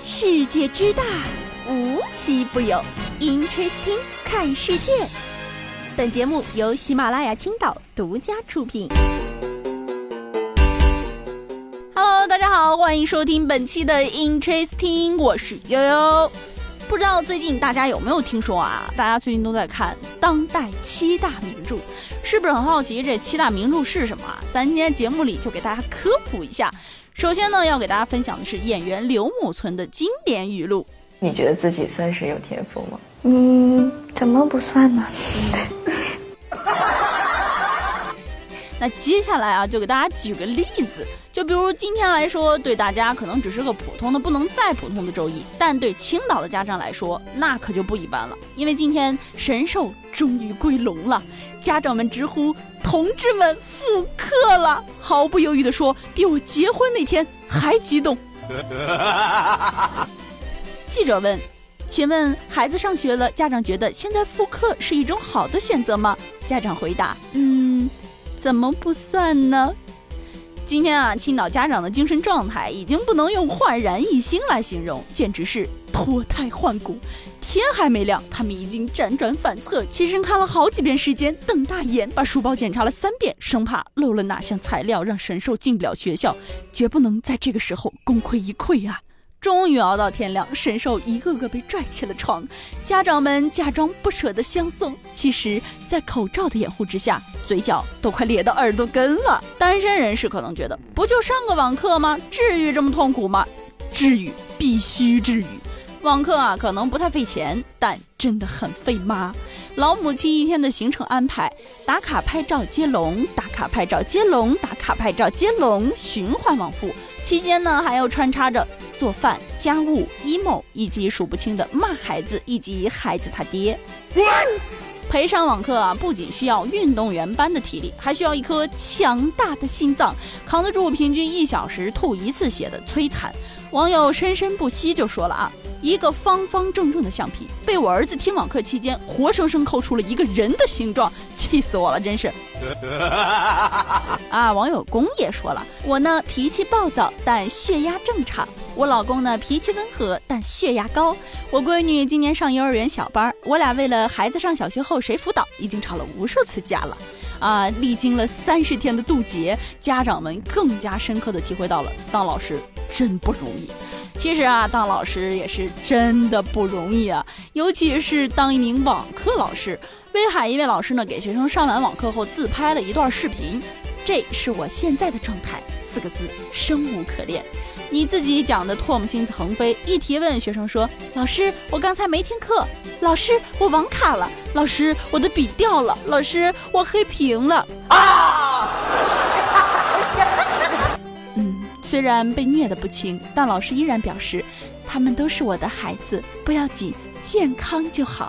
世界之大，无奇不有。Interesting 看世界。本节目由喜马拉雅青岛独家出品。Hello， 大家好，欢迎收听本期的 Interesting， 我是悠悠。不知道最近大家有没有听说啊？大家最近都在看当代7大名著，是不是很好奇这7大名著是什么啊？咱今天节目里就给大家科普一下。首先呢，要给大家分享的是演员刘木村的经典语录。 你觉得自己算是有天赋吗？ 怎么不算呢？ 那接下来啊，就给大家举个例子，就比如今天来说，对大家可能只是个普通的不能再普通的周一，但对青岛的家长来说，那可就不一般了，因为今天神兽终于归笼了，家长们直呼同志们复课了，毫不犹豫地说，比我结婚那天还激动。记者问，请问孩子上学了，家长觉得现在复课是一种好的选择吗？家长回答，怎么不算呢？今天啊，青岛家长的精神状态已经不能用焕然一新来形容，简直是脱胎换骨。天还没亮，他们已经辗转反侧，起身看了好几遍时间，瞪大眼，把书包检查了3遍，生怕漏了哪项材料让神兽进不了学校，绝不能在这个时候功亏一篑啊！终于熬到天亮，神兽一个个被拽起了床，家长们假装不舍得相送，其实在口罩的掩护之下，嘴角都快咧到耳朵根了。单身人士可能觉得，不就上个网课吗？至于这么痛苦吗？至于，必须至于。网课啊，可能不太费钱，但真的很费妈。老母亲一天的行程安排，打卡拍照接龙，打卡拍照接龙，打卡拍照接龙，循环往复。期间呢，还要穿插着做饭、家务、emo， 以及数不清的骂孩子以及孩子他爹。陪上网课啊，不仅需要运动员般的体力，还需要一颗强大的心脏，扛得住平均1小时吐1次血的摧残。网友深深不息就说了啊，一个方方正正的橡皮被我儿子听网课期间活生生抠出了一个人的形状，气死我了，真是。啊，网友公也说了，我呢脾气暴躁但血压正常，我老公呢脾气温和但血压高，我闺女今年上幼儿园小班，我俩为了孩子上小学后谁辅导已经吵了无数次架了。啊，历经了30天的渡劫，家长们更加深刻地体会到了当老师真不容易。其实啊，当老师也是真的不容易啊，尤其是当一名网课老师。威海一位老师呢，给学生上完网课后自拍了一段视频，这是我现在的状态，4个字，生无可恋。你自己讲的唾沫星子横飞，一提问学生说，老师我刚才没听课，老师我网卡了，老师我的笔掉了，老师我黑屏了啊。虽然被虐得不轻，但老师依然表示他们都是我的孩子，不要紧，健康就好。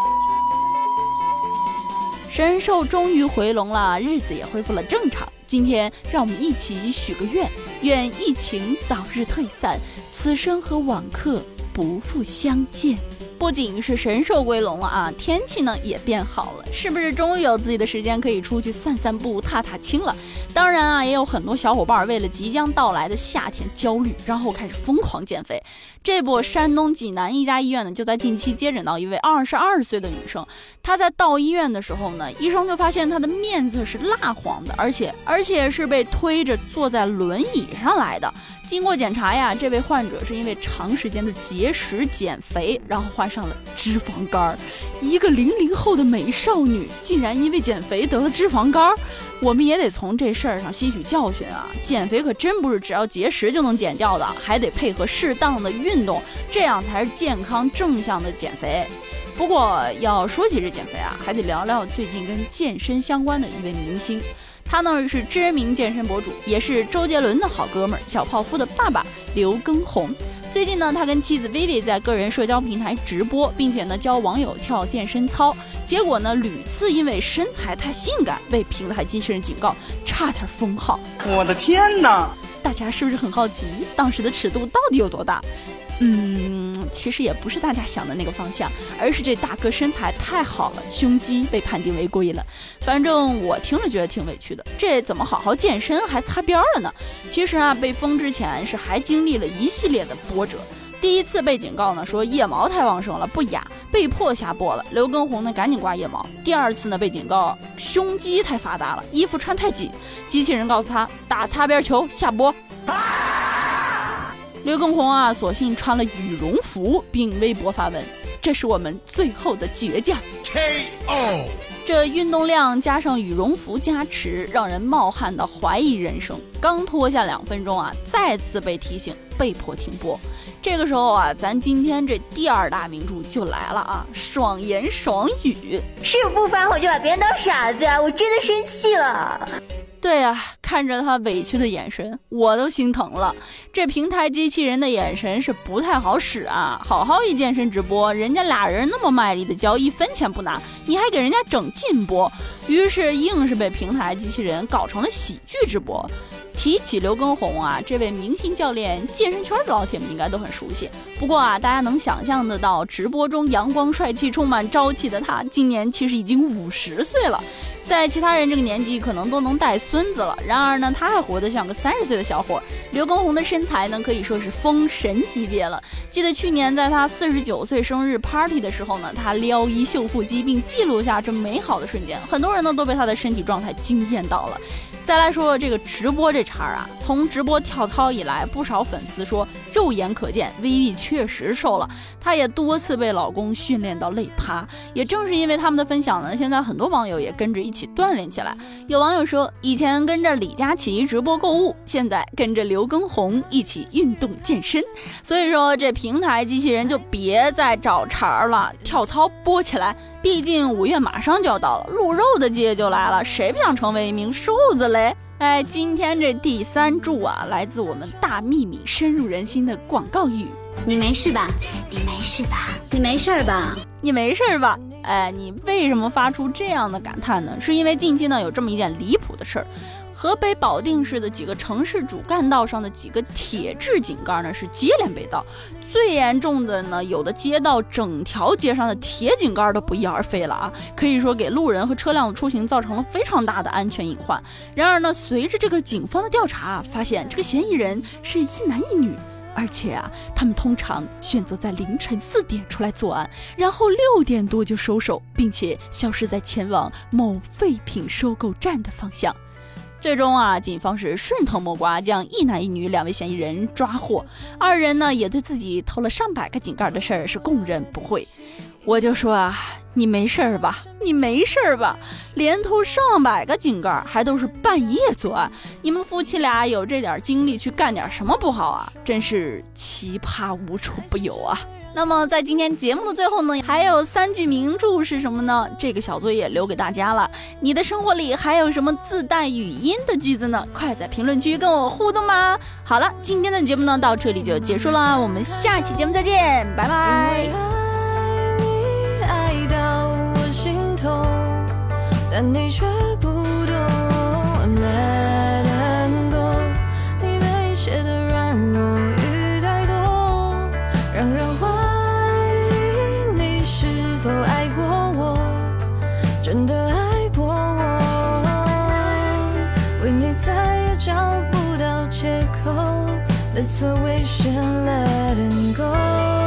神兽终于回笼了，日子也恢复了正常。今天让我们一起许个愿，愿疫情早日退散，此生和网课不复相见。不仅是神兽归笼了啊，天气呢也变好了，是不是终于有自己的时间可以出去散散步、踏踏青了？当然啊，也有很多小伙伴为了即将到来的夏天焦虑，然后开始疯狂减肥。这不，山东济南一家医院呢，就在近期接诊到一位22岁的女生，她在到医院的时候呢，医生就发现她的面色是蜡黄的，而且是被推着坐在轮椅上来的。经过检查呀，这位患者是因为长时间的节食减肥，然后患上了脂肪肝。一个00后的美少女竟然因为减肥得了脂肪肝，我们也得从这事儿上吸取教训啊！减肥可真不是只要节食就能减掉的，还得配合适当的运动，这样才是健康正向的减肥。不过要说起这减肥啊，还得聊聊最近跟健身相关的一位明星。他呢是知名健身博主，也是周杰伦的好哥们儿小泡芙的爸爸刘畊宏。最近呢，他跟妻子 Vivi 在个人社交平台直播，并且呢教网友跳健身操，结果呢屡次因为身材太性感被平台机器人警告，差点封号。 我的天哪！ 大家是不是很好奇当时的尺度到底有多大？其实也不是大家想的那个方向，而是这大哥身材太好了，胸肌被判定为贵了。反正我听了觉得挺委屈的，这怎么好好健身还擦边了呢？其实啊，被封之前是还经历了一系列的波折。 第一次被警告呢，说腋毛太旺盛了不雅，被迫下播了。刘畊宏呢赶紧刮腋毛。第二次呢被警告胸肌太发达了，衣服穿太紧，机器人告诉他打擦边球下播。刘畊宏啊索性穿了羽绒服，并微博发文，这是我们最后的倔强。 KO。 这运动量加上羽绒服加持，让人冒汗的怀疑人生。刚脱下2分钟啊，再次被提醒被迫停播。这个时候啊，咱今天这第2大名著就来了啊，爽言爽语。 是不发火就把别人当傻子啊，我真的生气了。 对啊，看着他委屈的眼神，我都心疼了。这平台机器人的眼神是不太好使啊！好好一健身直播，人家俩人那么卖力的教，1分钱不拿，你还给人家整禁播，于是硬是被平台机器人搞成了喜剧直播。提起刘畊宏啊，这位明星教练，健身圈的老铁们应该都很熟悉。不过啊，大家能想象得到，直播中阳光帅气、充满朝气的他，今年其实已经50岁了。在其他人这个年纪可能都能带孙子了，然而呢他还活得像个30岁的小伙。刘畊宏的身材呢可以说是封神级别了。记得去年在他49岁生日 party 的时候呢，他撩衣秀腹肌并记录下这美好的瞬间，很多人呢都被他的身体状态惊艳到了。再来说这个直播这茬啊，从直播跳操以来，不少粉丝说肉眼可见 VV 确实瘦了，她也多次被老公训练到累趴。也正是因为他们的分享呢，现在很多网友也跟着一起锻炼起来。有网友说，以前跟着李佳琦直播购物，现在跟着刘畊宏一起运动健身。所以说这平台机器人就别再找茬了，跳操播起来。毕竟5月马上就要到了，鹿肉的季节就来了，谁不想成为一名瘦子嘞？哎，今天这第3注啊，来自我们大秘密深入人心的广告语。 你没事吧？你没事吧？你没事吧？ 你没事吧？哎，你为什么发出这样的感叹呢？是因为近期呢有这么一件离谱的事儿。河北保定市的几个城市主干道上的几个铁质井盖呢是接连被盗，最严重的呢，有的街道整条街上的铁井盖都不翼而飞了啊，可以说给路人和车辆的出行造成了非常大的安全隐患。然而呢，随着这个警方的调查，发现这个嫌疑人是一男一女。而且啊，他们通常选择在凌晨4点出来作案，然后6点多就收手，并且消失在前往某废品收购站的方向。最终啊，警方是顺藤摸瓜，将一男一女2位嫌疑人抓获。2人呢，也对自己偷了上百个井盖的事儿是供认不讳。我就说啊，你没事儿吧？你没事儿吧？连偷上百个井盖，还都是半夜作案。你们夫妻俩有这点精力去干点什么不好啊？真是奇葩无处不有啊！那么在今天节目的最后呢，还有3句名著是什么呢？这个小作业留给大家了。你的生活里还有什么自带语音的句子呢？快在评论区跟我互动吧。好了，今天的节目呢到这里就结束了，我们下期节目再见，拜拜。 爱到我心痛，但你却不懂。I'm letting go， 你对一切的软弱与太多，让人怀疑你是否爱过我，真的爱过我，为你再也找不到借口。That's the way she's letting go。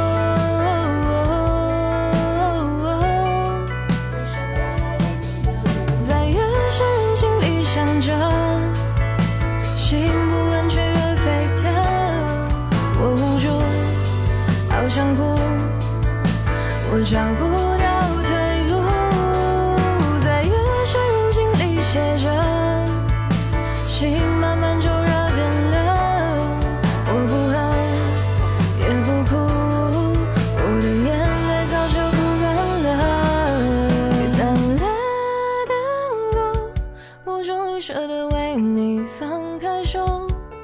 想哭，我找不到退路，在夜深人静里写着，心慢慢就热变了。我不恨，也不哭，我的眼泪早就不干了。Cause I'm letting go， 我终于舍得为你放开手。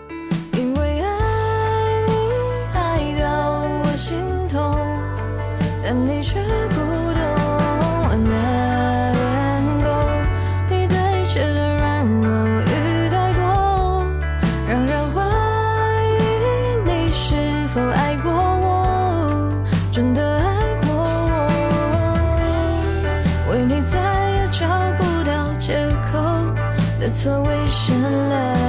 但你却不懂 I'm letting go， 你对一切的软弱与太多，让人怀疑你是否爱过我，真的爱过我，为你再也找不到借口。That's the way she let